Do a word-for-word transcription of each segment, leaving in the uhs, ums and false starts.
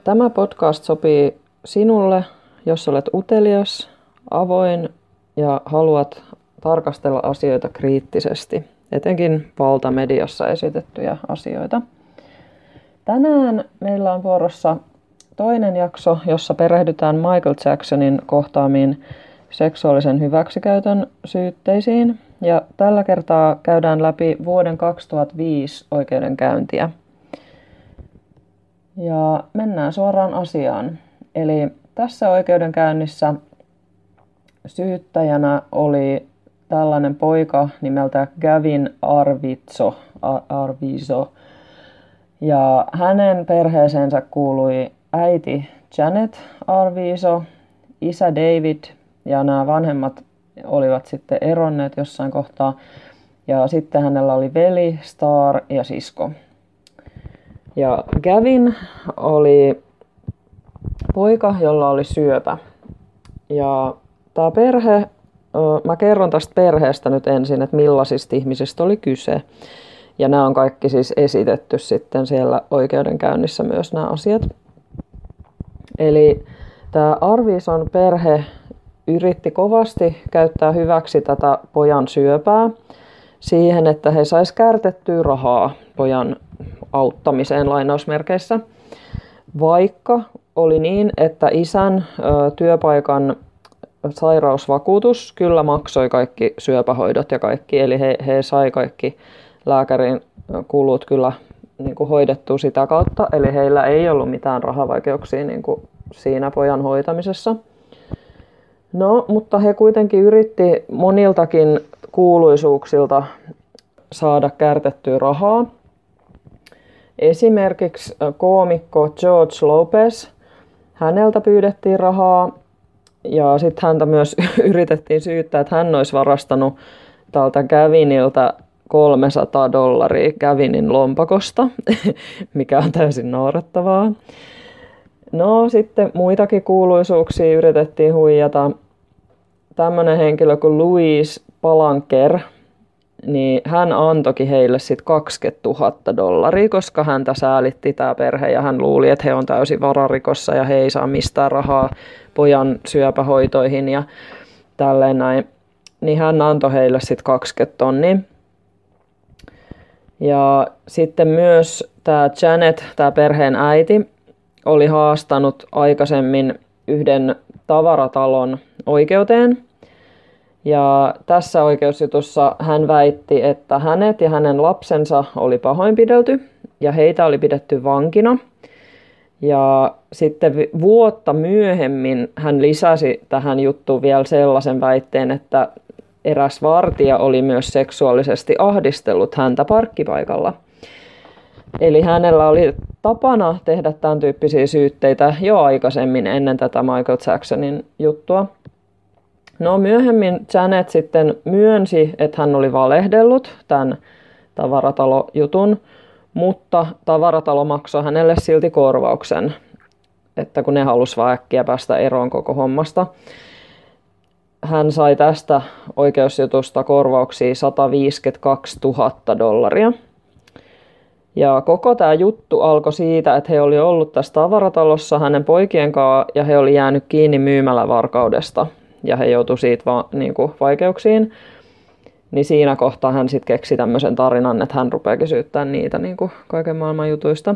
Tämä podcast sopii sinulle, jos olet utelias, avoin ja haluat tarkastella asioita kriittisesti, etenkin valtamediassa esitettyjä asioita. Tänään meillä on vuorossa toinen jakso, jossa perehdytään Michael Jacksonin kohtaamiin seksuaalisen hyväksikäytön syytteisiin. Ja tällä kertaa käydään läpi vuoden kaksituhattaviisi oikeudenkäyntiä. Ja mennään suoraan asiaan. Eli tässä oikeudenkäynnissä syyttäjänä oli tällainen poika nimeltä Gavin Arvizo. Arvizo. Ja hänen perheeseensä kuului äiti Janet Arvizo, isä David ja nämä vanhemmat olivat sitten eronneet jossain kohtaa. Ja sitten hänellä oli veli, Star ja sisko. Ja Gavin oli poika, jolla oli syöpä. Ja tämä perhe, mä kerron tästä perheestä nyt ensin, että millaisista ihmisistä oli kyse. Ja nämä on kaikki siis esitetty sitten siellä oikeudenkäynnissä myös nämä asiat. Eli tämä Arvizon perhe yritti kovasti käyttää hyväksi tätä pojan syöpää siihen, että he sais kärtettyä rahaa pojan auttamiseen lainausmerkeissä. Vaikka oli niin, että isän ö, työpaikan sairausvakuutus kyllä maksoi kaikki syöpähoidot ja kaikki, eli he, he sai kaikki lääkärin kulut kyllä niin kuin hoidettua sitä kautta, eli heillä ei ollut mitään rahavaikeuksia niin kuin siinä pojan hoitamisessa. No, mutta he kuitenkin yritti moniltakin kuuluisuuksilta saada kärtettyä rahaa. Esimerkiksi koomikko George Lopez, häneltä pyydettiin rahaa ja sitten häntä myös yritettiin syyttää, että hän olisi varastanut tältä Gavinilta kolmesataa dollaria Gavinin lompakosta, mikä on täysin naurettavaa. No sitten muitakin kuuluisuuksia yritettiin huijata. Tämmöinen henkilö kuin Louise Palanker, niin hän antoikin heille sitten kaksikymmentätuhatta dollaria, koska häntä säälitti tämä perhe ja hän luuli, että he on täysin vararikossa ja he ei saa mistään rahaa pojan syöpähoitoihin ja tälleen näin. Niin hän antoi heille sitten kaksikymmentä tonnia. Ja sitten myös tämä Janet, tämä perheen äiti, oli haastanut aikaisemmin yhden tavaratalon oikeuteen. Ja tässä oikeusjutussa hän väitti, että hänet ja hänen lapsensa oli pahoinpidelty ja heitä oli pidetty vankina. Ja sitten vuotta myöhemmin hän lisäsi tähän juttuun vielä sellaisen väitteen, että eräs vartija oli myös seksuaalisesti ahdistellut häntä parkkipaikalla. Eli hänellä oli tapana tehdä tämän tyyppisiä syytteitä jo aikaisemmin ennen tätä Michael Jacksonin juttua. No myöhemmin Janet sitten myönsi, että hän oli valehdellut tämän tavaratalojutun, mutta tavaratalo maksoi hänelle silti korvauksen, että kun ne halusi vaan äkkiä päästä eroon koko hommasta. Hän sai tästä oikeusjutusta korvauksia sata viisikymmentäkaksituhatta dollaria. Ja koko tämä juttu alkoi siitä, että he oli ollut tässä tavaratalossa hänen poikien kanssa ja he oli jäänyt kiinni myymälävarkaudesta. Ja he joutui siitä vaan niin kuin vaikeuksiin. Niin siinä kohtaa hän sitten keksi tämmöisen tarinan, että hän rupeakin syyttää niitä niin kuin kaiken maailman jutuista.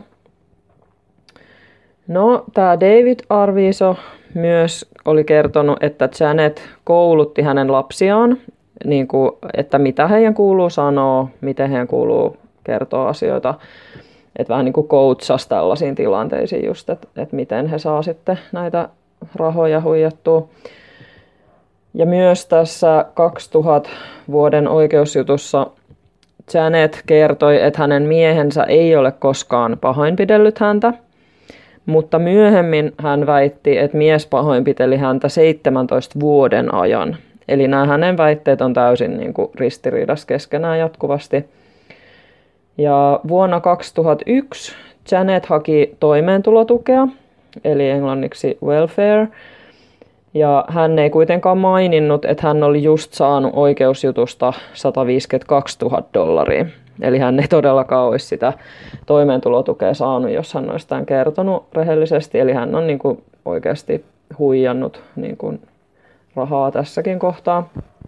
No, tämä David Arvizo myös oli kertonut, että Janet koulutti hänen lapsiaan, niin kuin, että mitä heidän kuuluu sanoa, miten heidän kuuluu kertoa asioita. Että vähän niin kuin coachasi tällaisiin tilanteisiin just, että, että miten he saa sitten näitä rahoja huijattua. Ja myös tässä kaksituhatta vuoden oikeusjutussa Janet kertoi, että hänen miehensä ei ole koskaan pahoinpidellyt häntä, mutta myöhemmin hän väitti, että mies pahoinpiteli häntä seitsemäntoista vuoden ajan. Eli nämä hänen väitteet on täysin niin kuin ristiriidassa keskenään jatkuvasti. Ja vuonna kaksituhattayksi Janet haki toimeentulotukea, eli englanniksi welfare. Ja hän ei kuitenkaan maininnut, että hän oli just saanut oikeusjutusta sata viisikymmentäkaksituhatta dollaria. Eli hän ei todellakaan olisi sitä toimeentulotukea saanut, jos hän olisi tämän kertonut rehellisesti. Eli hän on niin kuin oikeasti huijannut niin kuin rahaa tässäkin kohtaa.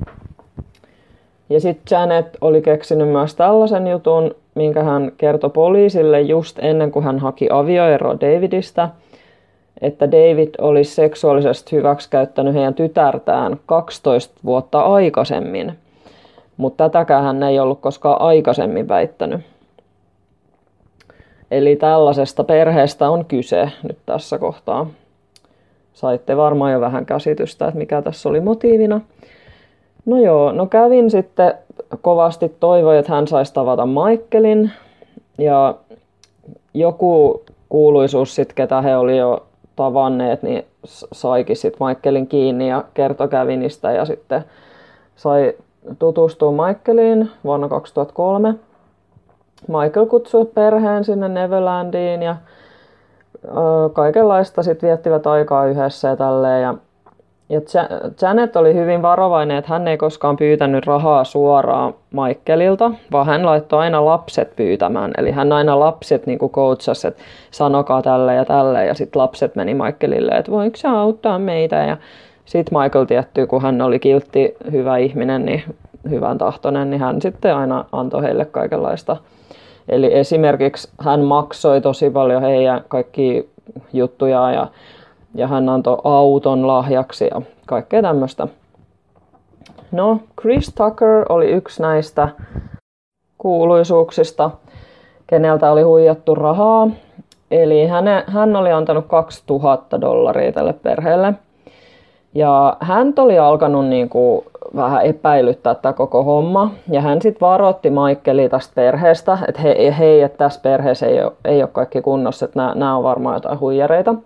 Ja sitten Janet oli keksinyt myös tällaisen jutun, minkä hän kertoi poliisille just ennen kuin hän haki avioeroa Davidista, että David olisi seksuaalisesti hyväksikäyttänyt heidän tytärtään kaksitoista vuotta aikaisemmin. Mutta tätäkään hän ei ollut koskaan aikaisemmin väittänyt. Eli tällaisesta perheestä on kyse nyt tässä kohtaa. Saitte varmaan jo vähän käsitystä, että mikä tässä oli motiivina. No joo, no kävin sitten kovasti toivoi, että hän saisi tavata Michaelin. Ja joku kuuluisuus sitten, ketä he oli jo tavanneet, niin saikin sitten Michaelin kiinni ja kertoi Gavinista ja sitten sai tutustua Michaeliin vuonna kaksituhattakolme. Michael kutsui perheen sinne Neverlandiin ja ö, kaikenlaista sitten viettivät aikaa yhdessä ja tälleen. Ja, ja Janet oli hyvin varovainen, että hän ei koskaan pyytänyt rahaa suoraan Michaelilta, vaan hän laittoi aina lapset pyytämään. Eli hän aina lapset niin kuin coachasi, että sanokaa tälle ja tälle. Ja sitten lapset meni Michaelille, että voiko sä auttaa meitä. Ja sitten Michael tietty, kun hän oli kiltti, hyvä ihminen, niin hyvän tahtoinen, niin hän sitten aina antoi heille kaikenlaista. Eli esimerkiksi hän maksoi tosi paljon heidän kaikki juttuja ja, ja hän antoi auton lahjaksi ja kaikkea tämmöistä. No, Chris Tucker oli yksi näistä kuuluisuuksista, keneltä oli huijattu rahaa. Eli hän, hän oli antanut kaksituhatta dollaria tälle perheelle. Ja hän oli alkanut niin kuin vähän epäilyttää tämä koko homma. Ja hän sitten varoitti Michaelia tästä perheestä, että hei, hei että tässä perheessä ei ole, ei ole kaikki kunnossa, että nämä, nämä on varmaan jotain huijareita.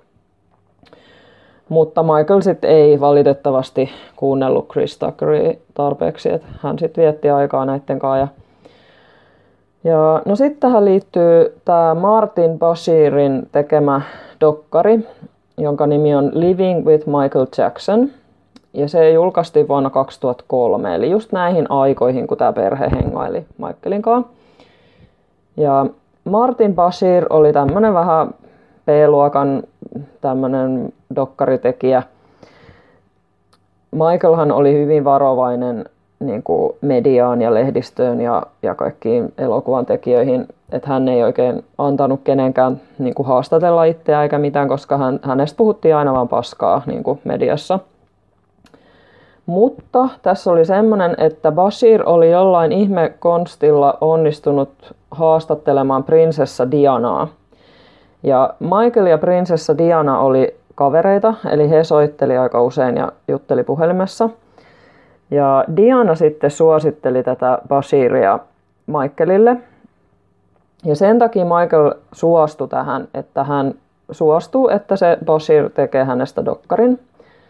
Mutta Michael sitten ei valitettavasti kuunnellut Chris Tuckeria tarpeeksi, että hän sitten vietti aikaa näiden kanssa. Ja, ja no sitten tähän liittyy tämä Martin Bashirin tekemä dokkari, jonka nimi on Living with Michael Jackson. Ja se julkaistiin vuonna kaksituhattakolme, eli just näihin aikoihin, kun tämä perhe hengaili Michaelin kanssa. Ja Martin Bashir oli tämmöinen vähän B-luokan tämmöinen dokkaritekijä. Michaelhan oli hyvin varovainen niin kuin mediaan ja lehdistöön ja, ja kaikkiin elokuvan tekijöihin, että hän ei oikein antanut kenenkään niin kuin haastatella itseä eikä mitään, koska hän, hänestä puhuttiin aina vaan paskaa niin kuin mediassa. Mutta tässä oli semmoinen, että Bashir oli jollain ihme konstilla onnistunut haastattelemaan prinsessa Dianaa. Ja Michael ja prinsessa Diana oli kavereita, eli he soitteli aika usein ja jutteli puhelimessa. Ja Diana sitten suositteli tätä Bashiria Michaelille. Ja sen takia Michael suostui tähän, että hän suostuu, että se Bashir tekee hänestä dokkarin.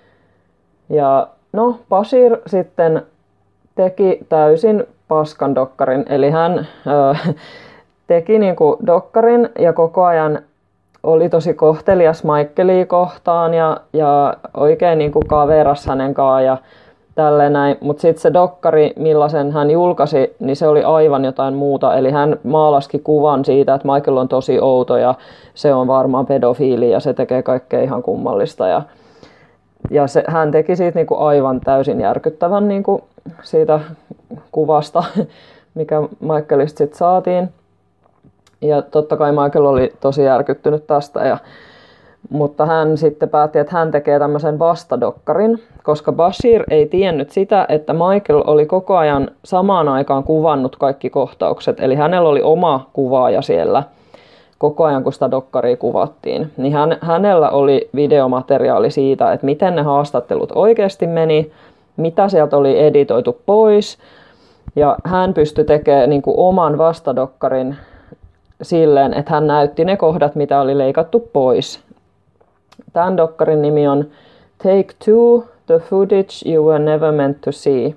Ja no, Bashir sitten teki täysin paskan dokkarin, eli hän ö, teki niinku dokkarin ja koko ajan oli tosi kohtelias Michaelia kohtaan ja, ja oikein niinku kaveras hänen kanssaan ja tälleen näin. Mutta sitten se dokkari, millaisen hän julkaisi, niin se oli aivan jotain muuta. Eli hän maalasikin kuvan siitä, että Michael on tosi outo ja se on varmaan pedofiili ja se tekee kaikkea ihan kummallista. Ja, ja se, hän teki siitä niinku aivan täysin järkyttävän niinku siitä kuvasta, mikä Michaelista sitten saatiin. Ja totta kai Michael oli tosi järkyttynyt tästä, ja, mutta hän sitten päätti, että hän tekee tämmöisen vastadokkarin, koska Bashir ei tiennyt sitä, että Michael oli koko ajan samaan aikaan kuvannut kaikki kohtaukset. Eli hänellä oli oma kuvaaja siellä koko ajan, kun sitä dokkaria kuvattiin. Niin hän, hänellä oli videomateriaali siitä, että miten ne haastattelut oikeasti meni, mitä sieltä oli editoitu pois. Ja hän pystyi tekemään niin kuin oman vastadokkarin silleen, että hän näytti ne kohdat, mitä oli leikattu pois. Tämän dokkarin nimi on Take Two, The Footage You Were Never Meant to See.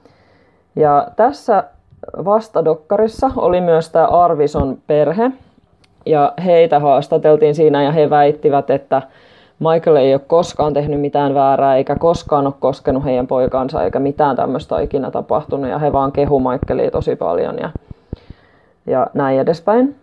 Ja tässä vastadokkarissa oli myös tämä Arvison perhe. Ja heitä haastateltiin siinä ja he väittivät, että Michael ei ole koskaan tehnyt mitään väärää eikä koskaan ole koskenut heidän poikaansa eikä mitään tämmöistä ikinä tapahtunut. Ja he vaan kehu Michaelia tosi paljon. Ja ja näin edespäin.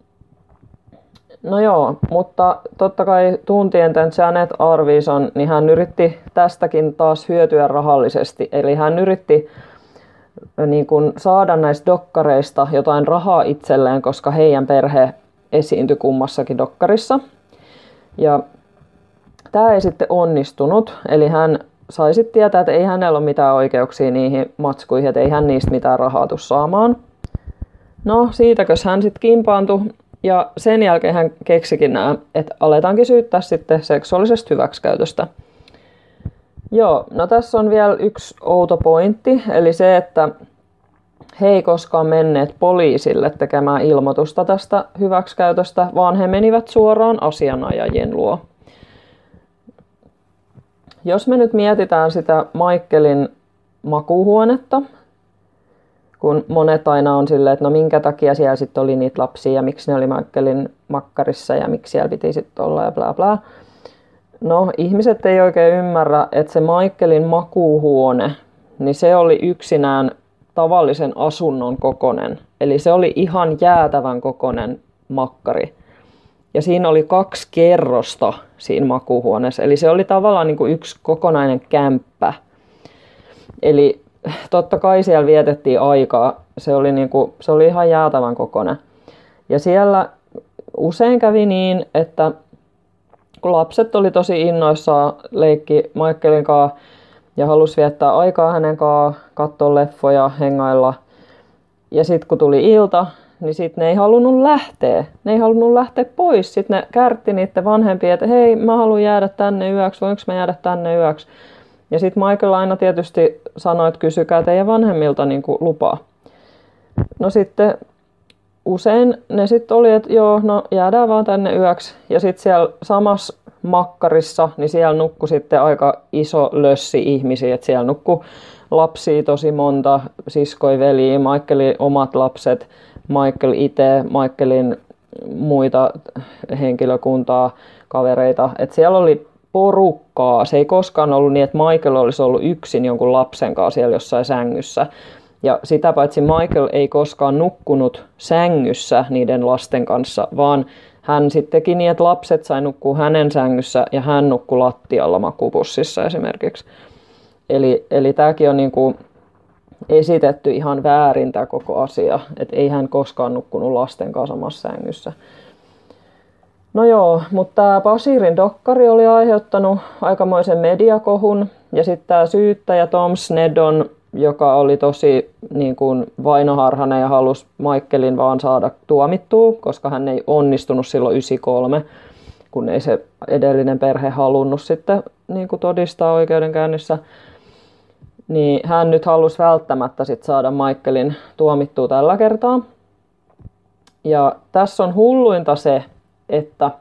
No joo, mutta totta kai tuntien tämän Janet Arviison, niin hän yritti tästäkin taas hyötyä rahallisesti. Eli hän yritti niin kuin saada näistä dokkareista jotain rahaa itselleen, koska heidän perhe esiintyi kummassakin dokkarissa. Ja tämä ei sitten onnistunut, eli hän sai sitten tietää, että ei hänellä ole mitään oikeuksia niihin matskuihin, että ei hän niistä mitään rahaa tule saamaan. No siitäkös hän sitten kimpaantui, ja sen jälkeen hän keksikin nämä, että aletaankin syyttää sitten seksuaalisesta hyväksikäytöstä. Joo, no tässä on vielä yksi outo pointti, eli se, että he ei koskaan menneet poliisille tekemään ilmoitusta tästä hyväksikäytöstä, vaan he menivät suoraan asianajajien luo. Jos me nyt mietitään sitä Michaelin makuuhuonetta, kun monet aina on silleen, että no minkä takia siellä sitten oli niitä lapsia ja miksi ne oli Michaelin makkarissa ja miksi siellä piti sitten olla ja bla bla. No ihmiset ei oikein ymmärrä, että se Michaelin makuuhuone, niin se oli yksinään tavallisen asunnon kokonen. Eli se oli ihan jäätävän kokonen makkari. Ja siinä oli kaksi kerrosta siinä makuuhuoneessa. Eli se oli tavallaan niin kuin yksi kokonainen kämppä. Eli totta kai siellä vietettiin aikaa. Se oli, niin kuin, se oli ihan jäätävän kokoinen. Ja siellä usein kävi niin, että kun lapset oli tosi innoissaan leikki Michaelin kanssa ja halusi viettää aikaa hänen kanssaan, katsoa leffoja, hengailla. Ja sitten kun tuli ilta, niin sitten ne ei halunnut lähteä. Ne ei halunnut lähteä pois. Sitten ne kärtti niiden vanhempia, että hei, mä haluan jäädä tänne yöksi, voinko mä jäädä tänne yöksi. Ja sitten Michael aina tietysti sanoi, että kysykää teidän vanhemmilta niin kuin lupaa. No sitten usein ne sitten oli, että joo, no jäädään vaan tänne yöksi. Ja sitten siellä samassa makkarissa, niin siellä nukkui sitten aika iso lössi ihmisiä. Että siellä nukkui lapsia tosi monta, siskoi, veliä, Michaelin omat lapset, Michael itse, Michaelin muita henkilökuntaa, kavereita. Että siellä oli porukkaa. Se ei koskaan ollut niin, että Michael olisi ollut yksin jonkun lapsen kanssa siellä jossain sängyssä. Ja sitä paitsi Michael ei koskaan nukkunut sängyssä niiden lasten kanssa, vaan hän sitten teki niin, että lapset sai nukkua hänen sängyssä ja hän nukkui lattialla makuupussissa esimerkiksi. Eli, eli tämäkin on niin kuin esitetty ihan väärin tämä koko asia, että ei hän koskaan nukkunut lasten kanssa samassa sängyssä. No joo, mutta tämä Bashirin dokkari oli aiheuttanut aikamoisen mediakohun ja sitten tämä syyttäjä Tom Sneddon, joka oli tosi niin kuin vainoharhainen ja halusi Michaelin vaan saada tuomittua, koska hän ei onnistunut silloin yhdeksänkymmentäkolme, kun ei se edellinen perhe halunnut sitten niin kuin todistaa oikeudenkäynnissä. Niin hän nyt halusi välttämättä sit saada Michaelin tuomittua tällä kertaa. Ja tässä on hulluinta se, että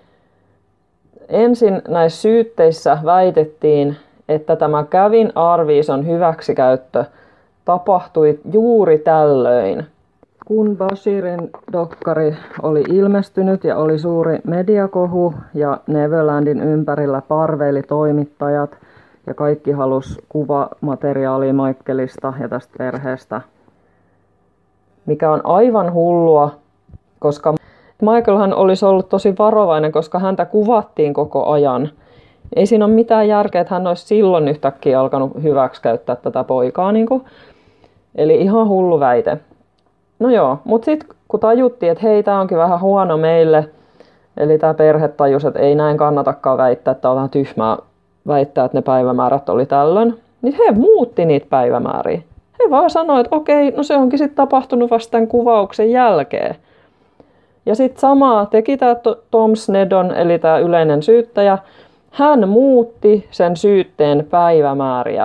ensin näissä syytteissä väitettiin, että tämä Gavin Arviison hyväksikäyttö tapahtui juuri tällöin. Kun Bashirin dokkari oli ilmestynyt ja oli suuri mediakohu ja Neverlandin ympärillä parveili toimittajat ja kaikki halusi kuvamateriaalia Michaelista ja tästä perheestä, mikä on aivan hullua, koska Michaelhan olisi ollut tosi varovainen, koska häntä kuvattiin koko ajan. Ei siinä ole mitään järkeä, että hän olisi silloin yhtäkkiä alkanut hyväksikäyttää tätä poikaa. Niin kuin. Eli ihan hullu väite. No joo, mutta sitten kun tajuttiin, että hei, tämä onkin vähän huono meille, eli tämä perhe tajusi, että ei näin kannatakaan väittää, että on vähän tyhmää väittää, että ne päivämäärät oli tällöin, niin he muutti niitä päivämääriä. He vaan sanoivat, että okei, no se onkin sitten tapahtunut vasta tämän kuvauksen jälkeen. Ja sitten samaa teki tämä Tom Sneddon, eli tämä yleinen syyttäjä. Hän muutti sen syytteen päivämääriä.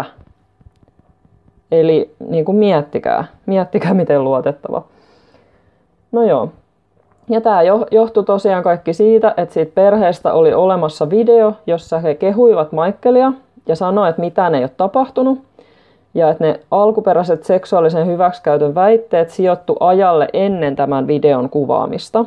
Eli niin kuin miettikää, miettikää miten luotettava. No joo. Ja tämä johtui tosiaan kaikki siitä, että siitä perheestä oli olemassa video, jossa he kehuivat Michaelia ja sanoivat, että mitään ei ole tapahtunut. Ja että ne alkuperäiset seksuaalisen hyväksikäytön väitteet sijoittu ajalle ennen tämän videon kuvaamista.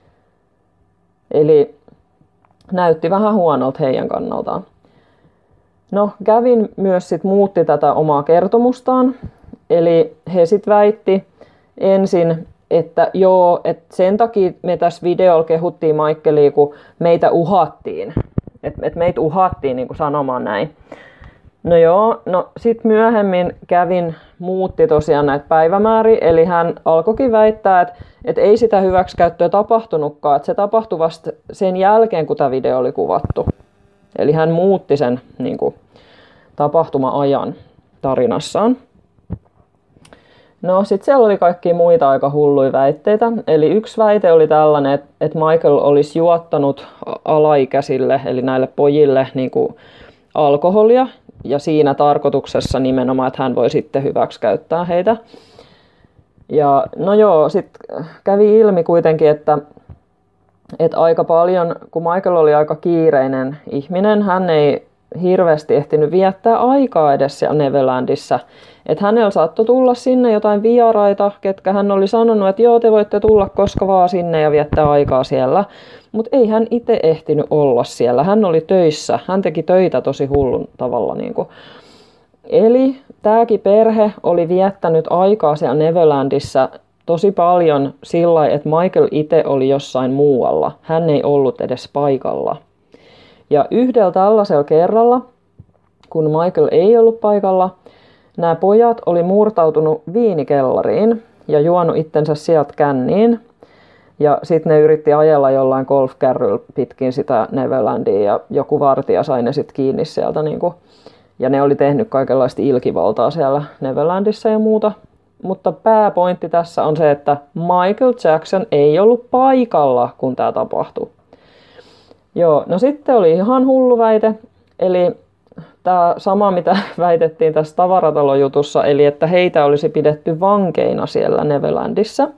Eli näytti vähän huonolta heidän kannaltaan. No, Gavin myös sit muutti tätä omaa kertomustaan. Eli he sitten väitti ensin, että joo, että sen takia me tässä videolla kehuttiin Michaelia, kun meitä uhattiin. Että et meitä uhattiin niin kuin sanomaan näin. No joo, no sit myöhemmin Gavin muutti tosiaan näitä päivämääriä, eli hän alkoikin väittää, että, että ei sitä hyväksikäyttöä tapahtunutkaan, että se tapahtui vasta sen jälkeen, kun tämä video oli kuvattu. Eli hän muutti sen niin kuin, tapahtuma-ajan tarinassaan. No sit siellä oli kaikkia muita aika hulluja väitteitä. Eli yksi väite oli tällainen, että, että Michael olisi juottanut alaikäisille, eli näille pojille niin kuin alkoholia. Ja siinä tarkoituksessa nimenomaan, että hän voi sitten hyväksikäyttää heitä. Ja no joo, sitten kävi ilmi kuitenkin, että, että aika paljon, kun Michael oli aika kiireinen ihminen, hän ei hirveästi ehtinyt viettää aikaa edes siellä Neverlandissa. Että hänellä saattoi tulla sinne jotain vieraita, ketkä hän oli sanonut, että joo, te voitte tulla koska vaan sinne ja viettää aikaa siellä. Mutta ei hän itse ehtinyt olla siellä. Hän oli töissä. Hän teki töitä tosi hullun tavalla. Niin kuin. Eli tämäkin perhe oli viettänyt aikaa siellä Neverlandissa tosi paljon sillä lailla, että Michael itse oli jossain muualla. Hän ei ollut edes paikalla. Ja yhdellä tällaisella kerralla, kun Michael ei ollut paikalla, nämä pojat oli murtautunut viinikellariin ja juonut itsensä sieltä känniin. Ja sitten ne yritti ajella jollain golfkärryllä pitkin sitä Neverlandia ja joku vartija sai ne sitten kiinni sieltä. Niinku. Ja ne oli tehnyt kaikenlaista ilkivaltaa siellä Neverlandissa ja muuta. Mutta pääpointti tässä on se, että Michael Jackson ei ollut paikalla, kun tämä tapahtui. Joo, no sitten oli ihan hullu väite, eli tämä sama mitä väitettiin tässä tavaratalon-jutussa, eli että heitä olisi pidetty vankeina siellä Neverlandissa.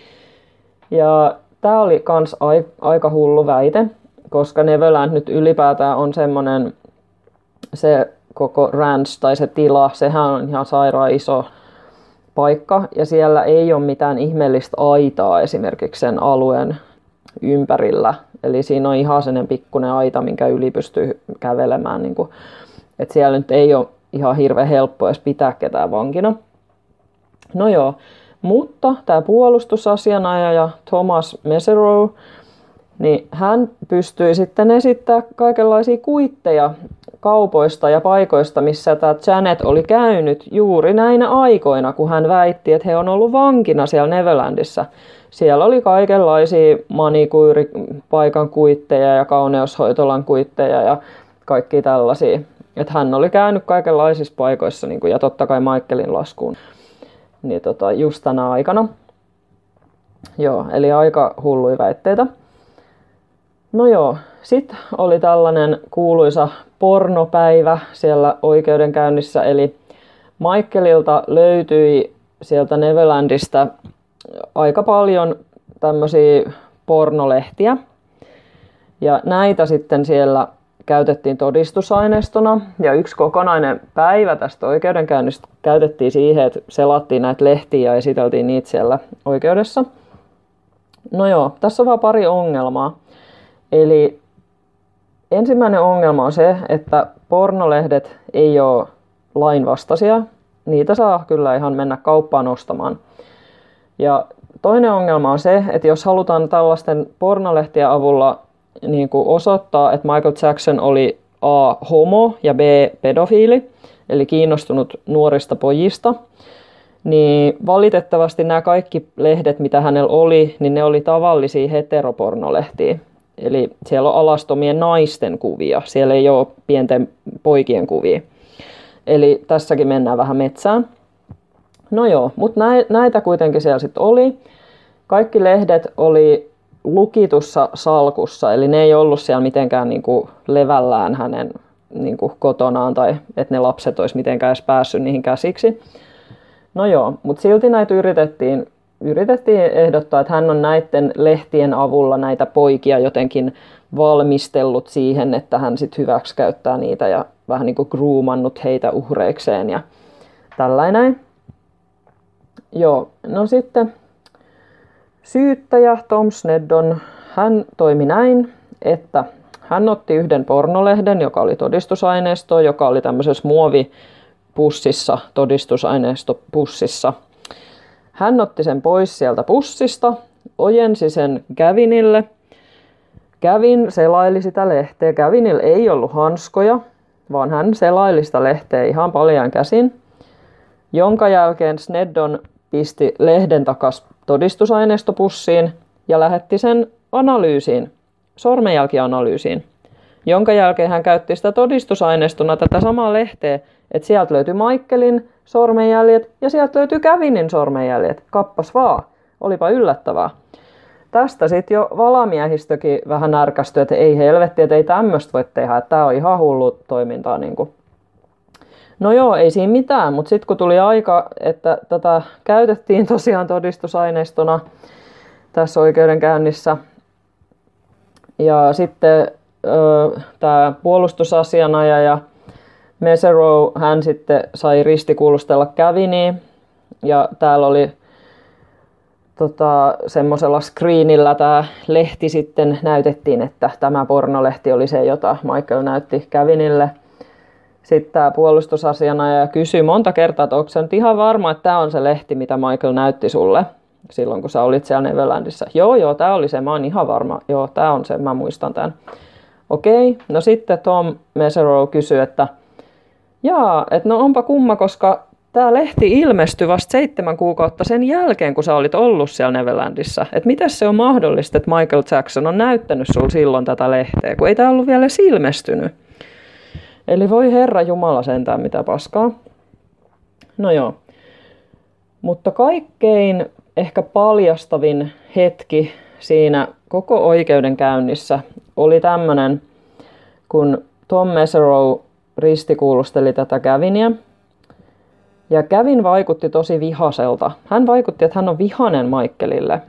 Ja tämä oli kans aika hullu väite, koska Neverland nyt ylipäätään on semmoinen, se koko ranch tai se tila, sehän on ihan sairaan iso paikka ja siellä ei ole mitään ihmeellistä aitaa esimerkiksi sen alueen ympärillä. Eli siinä on ihan sellainen pikkuinen aita, minkä yli pystyy kävelemään. Niin kuin, että siellä nyt ei ole ihan hirveän helppo edes pitää ketään vankina. No joo, mutta tämä puolustusasianajaja Thomas Mesereau, niin hän pystyi sitten esittämään kaikenlaisia kuitteja kaupoista ja paikoista, missä tämä Janet oli käynyt juuri näinä aikoina, kun hän väitti, että he on ollut vankina siellä Neverlandissa. Siellä oli kaikenlaisia manikuuripaikan kuitteja ja kauneushoitolan kuitteja ja kaikki tällaisia. Että hän oli käynyt kaikenlaisissa paikoissa niin kuin, ja totta kai Michaelin laskuun niin, tota, just tänä aikana. Joo, eli aika hulluja väitteitä. No joo, sitten oli tällainen kuuluisa pornopäivä siellä oikeudenkäynnissä, eli Michaelilta löytyi sieltä Neverlandista aika paljon tämmöisiä pornolehtiä. Ja näitä sitten siellä käytettiin todistusaineistona. Ja yksi kokonainen päivä tästä oikeudenkäynnistä käytettiin siihen, että selattiin näitä lehtiä ja esiteltiin niitä siellä oikeudessa. No joo, tässä on vaan pari ongelmaa. Eli ensimmäinen ongelma on se, että pornolehdet ei ole lainvastaisia. Niitä saa kyllä ihan mennä kauppaan ostamaan. Ja toinen ongelma on se, että jos halutaan tällaisten pornolehtien avulla niin kuin osoittaa, että Michael Jackson oli A. homo ja B. pedofiili, eli kiinnostunut nuorista pojista, niin valitettavasti nämä kaikki lehdet, mitä hänellä oli, niin ne oli tavallisia heteropornolehtiä. Eli siellä on alastomien naisten kuvia, siellä ei ole pienten poikien kuvia. Eli tässäkin mennään vähän metsään. No joo, mutta näitä kuitenkin siellä sitten oli. Kaikki lehdet oli lukitussa salkussa, eli ne ei ollut siellä mitenkään niinku levällään hänen niinku kotonaan, tai että ne lapset olisi mitenkään edes päässyt niihin käsiksi. No joo, mutta silti näitä yritettiin, yritettiin ehdottaa, että hän on näiden lehtien avulla näitä poikia jotenkin valmistellut siihen, että hän sitten hyväksikäyttää niitä ja vähän niin kuin groomannut heitä uhreikseen ja tällainen. Joo, no sitten syyttäjä Tom Sneddon, hän toimi näin, että hän otti yhden pornolehden, joka oli todistusaineisto, joka oli tämmöisessä muovipussissa, todistusaineistopussissa. Hän otti sen pois sieltä pussista, ojensi sen Gavinille. Gavin selaili sitä lehteä. Gavinilla ei ollut hanskoja, vaan hän selaili sitä lehteä ihan paljain käsin. Jonka jälkeen Sneddon pisti lehden takas todistusaineistopussiin ja lähetti sen analyysiin, sormenjälkianalyysiin. Jonka jälkeen hän käytti sitä todistusaineistona tätä samaa lehteä, että sieltä löytyi Michaelin sormenjäljet ja sieltä löytyi Gavinin sormenjäljet. Kappas vaan. Olipa yllättävää. Tästä sitten jo valamiehistökin vähän närkästyi, että ei helvetti, että ei tämmöistä voi tehdä, että tämä on ihan hullu toimintaa. Niin kuin. No joo, ei siinä mitään, mutta sitten kun tuli aika, että tätä käytettiin tosiaan todistusaineistona tässä oikeudenkäynnissä, ja sitten tämä puolustusasianajaja Mesereau, hän sitten sai ristikuulustella Gavinia, ja täällä oli tota, semmoisella screenillä tämä lehti sitten näytettiin, että tämä pornolehti oli se, jota Michael näytti Gavinille. Sitten tämä puolustusasianajaja kysyi monta kertaa, että onko sä nyt ihan varma, että tämä on se lehti, mitä Michael näytti sulle silloin, kun sä olit siellä Neverlandissa. Joo, joo, tämä oli se, mä oon ihan varma. Joo, tämä on se, mä muistan tämän. Okei, no sitten Tom Mesereau kysyi, että jaa, että no onpa kumma, koska tämä lehti ilmestyi vasta seitsemän kuukautta sen jälkeen, kun sä olit ollut siellä Neverlandissa. Että miten se on mahdollista, että Michael Jackson on näyttänyt sulle silloin tätä lehteä, kun ei tämä ollut vielä edes ilmestynyt. Eli voi Herra Jumala sentään mitä paskaa. No joo. Mutta kaikkein ehkä paljastavin hetki siinä koko oikeudenkäynnissä oli tämmöinen, kun Tom Mesereau ristikuulusteli tätä Gavinia. Ja Gavin vaikutti tosi vihaselta. Hän vaikutti, että hän on vihainen Michaelille.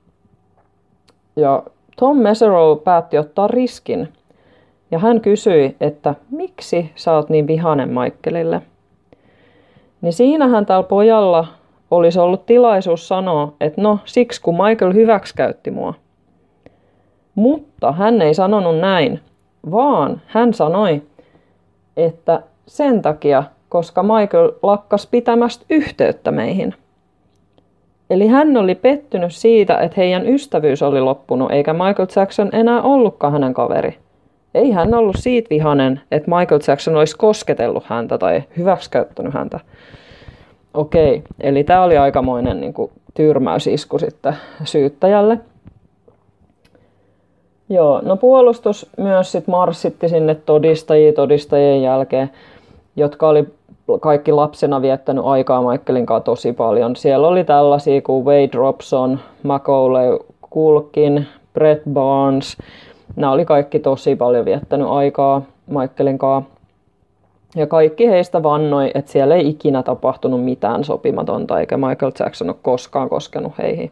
Ja Tom Mesereau päätti ottaa riskin. Ja hän kysyi, että miksi sä oot niin vihainen Michaelille? Niin siinähän tällä pojalla olisi ollut tilaisuus sanoa, että no siksi kun Michael hyväksikäytti mua. Mutta hän ei sanonut näin, vaan hän sanoi, että sen takia, koska Michael lakkas pitämästä yhteyttä meihin. Eli hän oli pettynyt siitä, että heidän ystävyys oli loppunut, eikä Michael Jackson enää ollutkaan hänen kaveri. Ei hän ollut siitä vihainen, että Michael Jackson olisi kosketellut häntä tai hyväksikäyttänyt häntä. Okei, eli tämä oli aikamoinen niin kuin, tyrmäysisku sitten syyttäjälle. Joo, no puolustus myös sit marssitti sinne todistajia todistajien jälkeen, jotka oli kaikki lapsena viettänyt aikaa Michaelin kanssa tosi paljon. Siellä oli tällaisia kuin Wade Robson, Macaulay Culkin, Brett Barnes. Nämä oli kaikki tosi paljon viettänyt aikaa Michaelin kanssa. Ja kaikki heistä vannoi, että siellä ei ikinä tapahtunut mitään sopimatonta, eikä Michael Jackson ole koskaan koskenut heihin.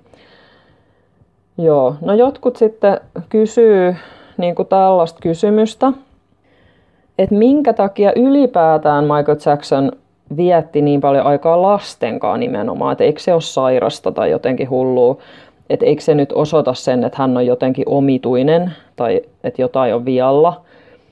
Joo, no jotkut sitten kysyy niin kuin tällaista kysymystä, että minkä takia ylipäätään Michael Jackson vietti niin paljon aikaa lastenkaan nimenomaan, että eikö se ole sairasta tai jotenkin hullua, että eikö se nyt osoita sen, että hän on jotenkin omituinen tai että jotain on vialla.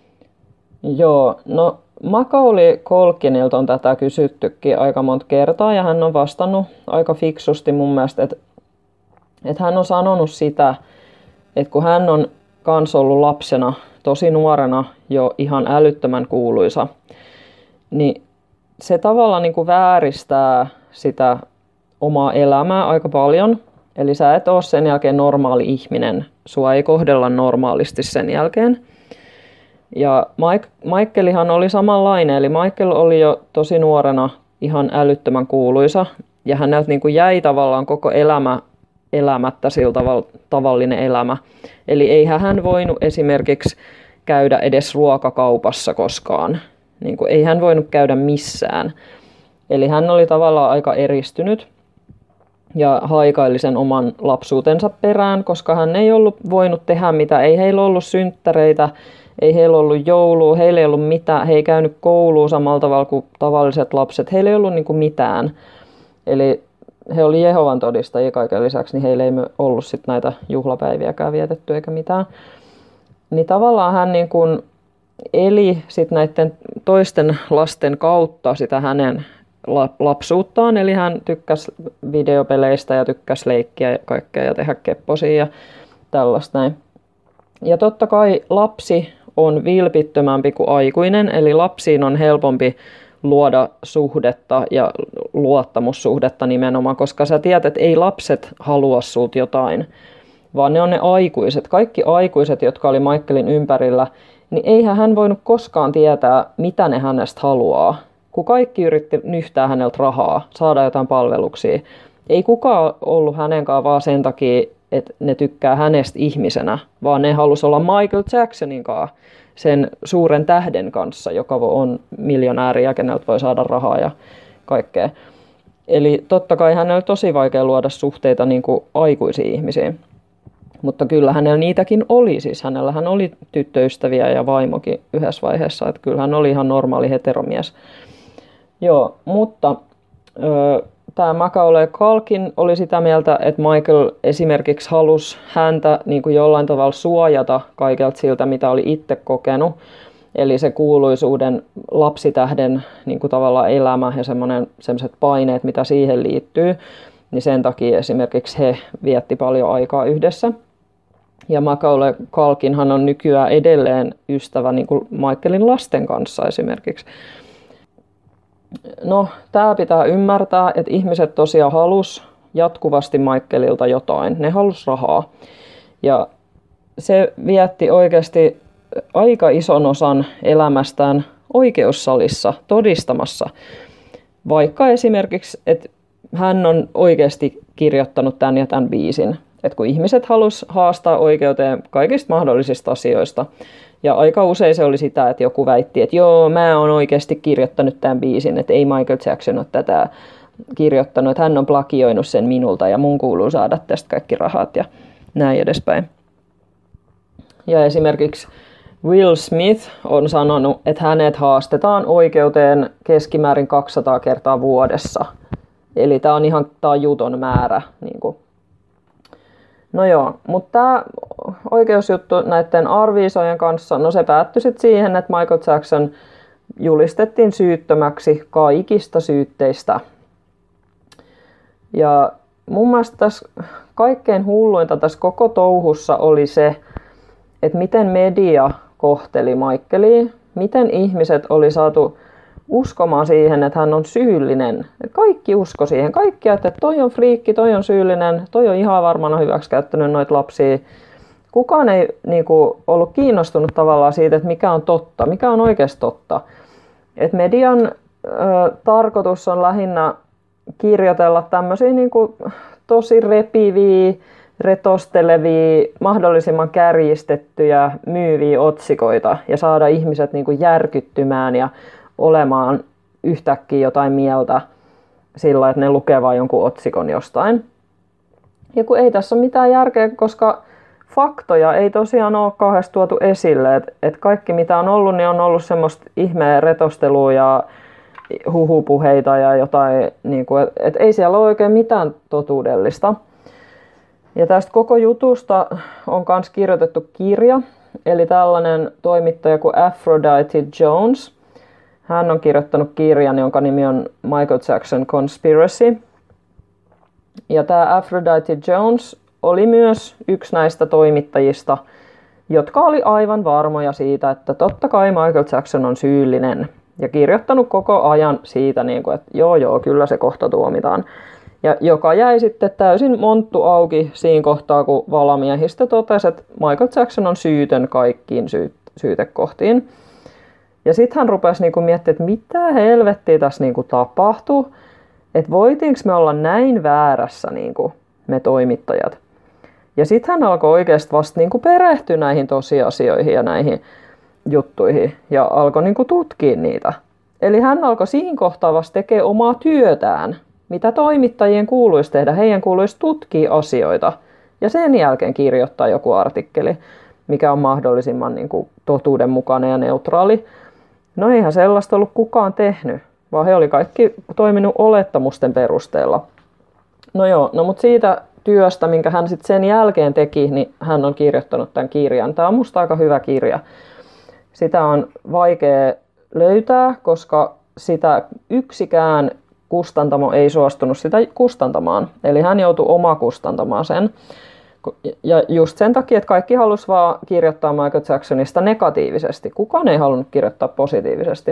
Joo, no Macaulay Culkinilta on tätä kysyttykin aika monta kertaa ja hän on vastannut aika fiksusti mun mielestä, että, että hän on sanonut sitä, että kun hän on kans ollut lapsena tosi nuorena jo ihan älyttömän kuuluisa, niin se tavallaan niin kuin vääristää sitä omaa elämää aika paljon. Eli sä et ole sen jälkeen normaali ihminen. Sua ei kohdella normaalisti sen jälkeen. Ja Mike, Michaelihan oli samanlainen. Eli Michael oli jo tosi nuorena ihan älyttömän kuuluisa. Ja häneltä niin kuin jäi tavallaan koko elämä elämättä sillä tavalla tavallinen elämä. Eli eihän hän voinut esimerkiksi käydä edes ruokakaupassa koskaan. Niin kuin, ei hän voinut käydä missään. Eli hän oli tavallaan aika eristynyt ja haikaili sen oman lapsuutensa perään, koska hän ei ollut voinut tehdä mitä. Ei heillä ollut synttäreitä, ei heillä ollut joulua, heillä ei ollut mitään. He ei käynyt kouluun samalla tavalla kuin tavalliset lapset. Heillä ei ollut niin kuin mitään. Eli he oli Jehovan todistajia kaiken lisäksi, niin heillä ei ollut sit näitä juhlapäiviäkään vietetty eikä mitään. Niin tavallaan hän niin kuin eli sit näiden toisten lasten kautta sitä hänen lapsuuttaan, eli hän tykkäsi videopeleistä ja tykkäsi leikkiä ja kaikkea ja tehdä kepposia ja tällaista näin. Ja totta kai lapsi on vilpittömämpi kuin aikuinen, eli lapsiin on helpompi luoda suhdetta ja luottamussuhdetta nimenomaan, koska sä tiedät, että ei lapset halua sulta jotain, vaan ne on ne aikuiset. Kaikki aikuiset, jotka oli Michaelin ympärillä, niin eihän hän voinut koskaan tietää, mitä ne hänestä haluaa. Kun kaikki yritti nyhtää häneltä rahaa, saada jotain palveluksia, ei kukaan ollut hänenkaan vaan sen takia, että ne tykkää hänestä ihmisenä, vaan ne halusi olla Michael Jacksonin kanssa, sen suuren tähden kanssa, joka on miljonääri ja keneltä voi saada rahaa ja kaikkea. Eli totta kai hänellä oli tosi vaikea luoda suhteita niin kuin aikuisiin ihmisiin. Mutta kyllä hänellä niitäkin oli, siis hänellähän oli tyttöystäviä ja vaimokin yhdessä vaiheessa, että kyllä hän oli ihan normaali heteromies. Joo, mutta ö, tämä Macaulay Culkin oli sitä mieltä, että Michael esimerkiksi halusi häntä niin kuin jollain tavalla suojata kaikelta siltä, mitä oli itse kokenut. Eli se kuuluisuuden lapsitähden niin kuin tavallaan elämä ja sellaiset paineet, mitä siihen liittyy, niin sen takia esimerkiksi he vietti paljon aikaa yhdessä. Ja Macaulay Culkinhan on nykyään edelleen ystävä niin kuin Michaelin lasten kanssa esimerkiksi. No, tämä pitää ymmärtää, että ihmiset tosiaan halus jatkuvasti Michaelilta jotain. Ne halus rahaa. Ja se vietti oikeasti aika ison osan elämästään oikeussalissa todistamassa. Vaikka esimerkiksi, että hän on oikeasti kirjoittanut tämän ja tämän biisin. Että kun ihmiset halus haastaa oikeuteen kaikista mahdollisista asioista. Ja aika usein se oli sitä, että joku väitti, että joo, mä oon oikeasti kirjoittanut tämän biisin, että ei Michael Jackson ole tätä kirjoittanut, että hän on plagioinut sen minulta ja mun kuuluu saada tästä kaikki rahat ja näin edespäin. Ja esimerkiksi Will Smith on sanonut, että hänet haastetaan oikeuteen keskimäärin kaksisataa kertaa vuodessa. Eli tää on ihan tajuton määrä. Niin kuin. No joo, mutta tämä oikeusjuttu näiden arviisojen kanssa, no se päättyi sitten siihen, että Michael Jackson julistettiin syyttömäksi kaikista syytteistä. Ja mun mielestä tässä kaikkein hulluinta tässä koko touhussa oli se, että miten media kohteli Michaelia, miten ihmiset oli saatu uskomaan siihen, että hän on syyllinen. Kaikki usko siihen. Kaikki että toi on friikki, toi on syyllinen, toi on ihan varmana hyväksikäyttänyt noita lapsia. Kukaan ei niin kuin, ollut kiinnostunut tavallaan siitä, että mikä on totta, mikä on oikeasti totta. Et median ö, tarkoitus on lähinnä kirjoitella tämmöisiä niin kuin, tosi repiviä, retostelevia, mahdollisimman kärjistettyjä, myyviä otsikoita ja saada ihmiset niin kuin, järkyttymään ja olemaan yhtäkkiä jotain mieltä sillä, että ne lukee vain jonkun otsikon jostain. Ja kun ei tässä ole mitään järkeä, koska faktoja ei tosiaan ole kauheasti tuotu esille. Et, et kaikki mitä on ollut, niin on ollut semmoista ihmeen retostelua ja huhupuheita ja jotain, niin kuin, et, et ei siellä ole oikein mitään totuudellista. Ja tästä koko jutusta on myös kirjoitettu kirja, eli tällainen toimittaja kuin Aphrodite Jones. Hän on kirjoittanut kirjan, jonka nimi on Michael Jackson Conspiracy. Ja tämä Aphrodite Jones oli myös yksi näistä toimittajista, jotka oli aivan varmoja siitä, että totta kai Michael Jackson on syyllinen. Ja kirjoittanut koko ajan siitä, että joo joo, kyllä se kohta tuomitaan. Ja joka jäi sitten täysin monttu auki siinä kohtaa, kun valamiehistö totesi, että Michael Jackson on syytön kaikkiin syytekohtiin. Ja sitten hän rupesi niinku miettimään, että mitä helvettiä tässä niinku tapahtuu, että voitiinko me olla näin väärässä niinku me toimittajat. Ja sitten hän alkoi oikeasti vasta niinku perehtyä näihin tosiasioihin ja näihin juttuihin ja alkoi niinku tutkia niitä. Eli hän alkoi siinä kohtaa vasta tekemään omaa työtään, mitä toimittajien kuuluisi tehdä. Heidän kuuluisi tutkia asioita ja sen jälkeen kirjoittaa joku artikkeli, mikä on mahdollisimman niinku totuudenmukainen ja neutraali. No eihän sellaista ollut kukaan tehnyt, vaan he oli kaikki toiminut olettamusten perusteella. No joo, no mutta siitä työstä, minkä hän sitten sen jälkeen teki, niin hän on kirjoittanut tämän kirjan. Tämä on musta aika hyvä kirja. Sitä on vaikea löytää, koska sitä yksikään kustantamo ei suostunut sitä kustantamaan. Eli hän joutui oma kustantamaan sen. Ja just sen takia, että kaikki halusi vaan kirjoittaa Michael Jacksonista negatiivisesti. Kukaan ei halunnut kirjoittaa positiivisesti.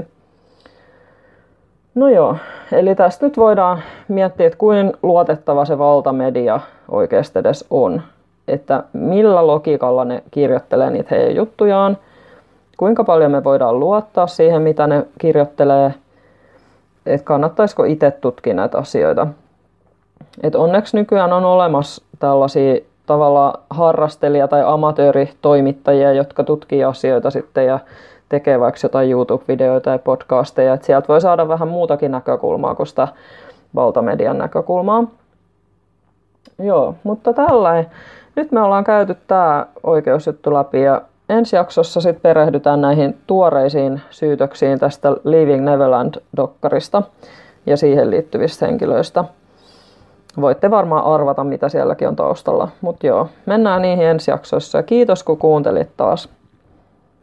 No joo, eli tästä nyt voidaan miettiä, että kuinka luotettava se valtamedia oikeasti edes on. Että millä logiikalla ne kirjoittelee niitä heidän juttujaan. Kuinka paljon me voidaan luottaa siihen, mitä ne kirjoittelee. Että kannattaisiko itse tutkia näitä asioita. Et onneksi nykyään on olemassa tällaisia tavallaan harrastelija- tai amatööritoimittajia, jotka tutkii asioita sitten ja tekee vaikka jotain YouTube-videoita ja podcasteja. Et sieltä voi saada vähän muutakin näkökulmaa kuin sitä valtamedian näkökulmaa. Joo, mutta tällainen. Nyt me ollaan käyty tämä oikeusjuttu läpi ja ensi jaksossa sitten perehdytään näihin tuoreisiin syytöksiin tästä Leaving Neverland-dokkarista ja siihen liittyvistä henkilöistä. Voitte varmaan arvata, mitä sielläkin on taustalla. Mutta joo, mennään niihin ensi jaksoissa ja kiitos kun kuuntelit taas.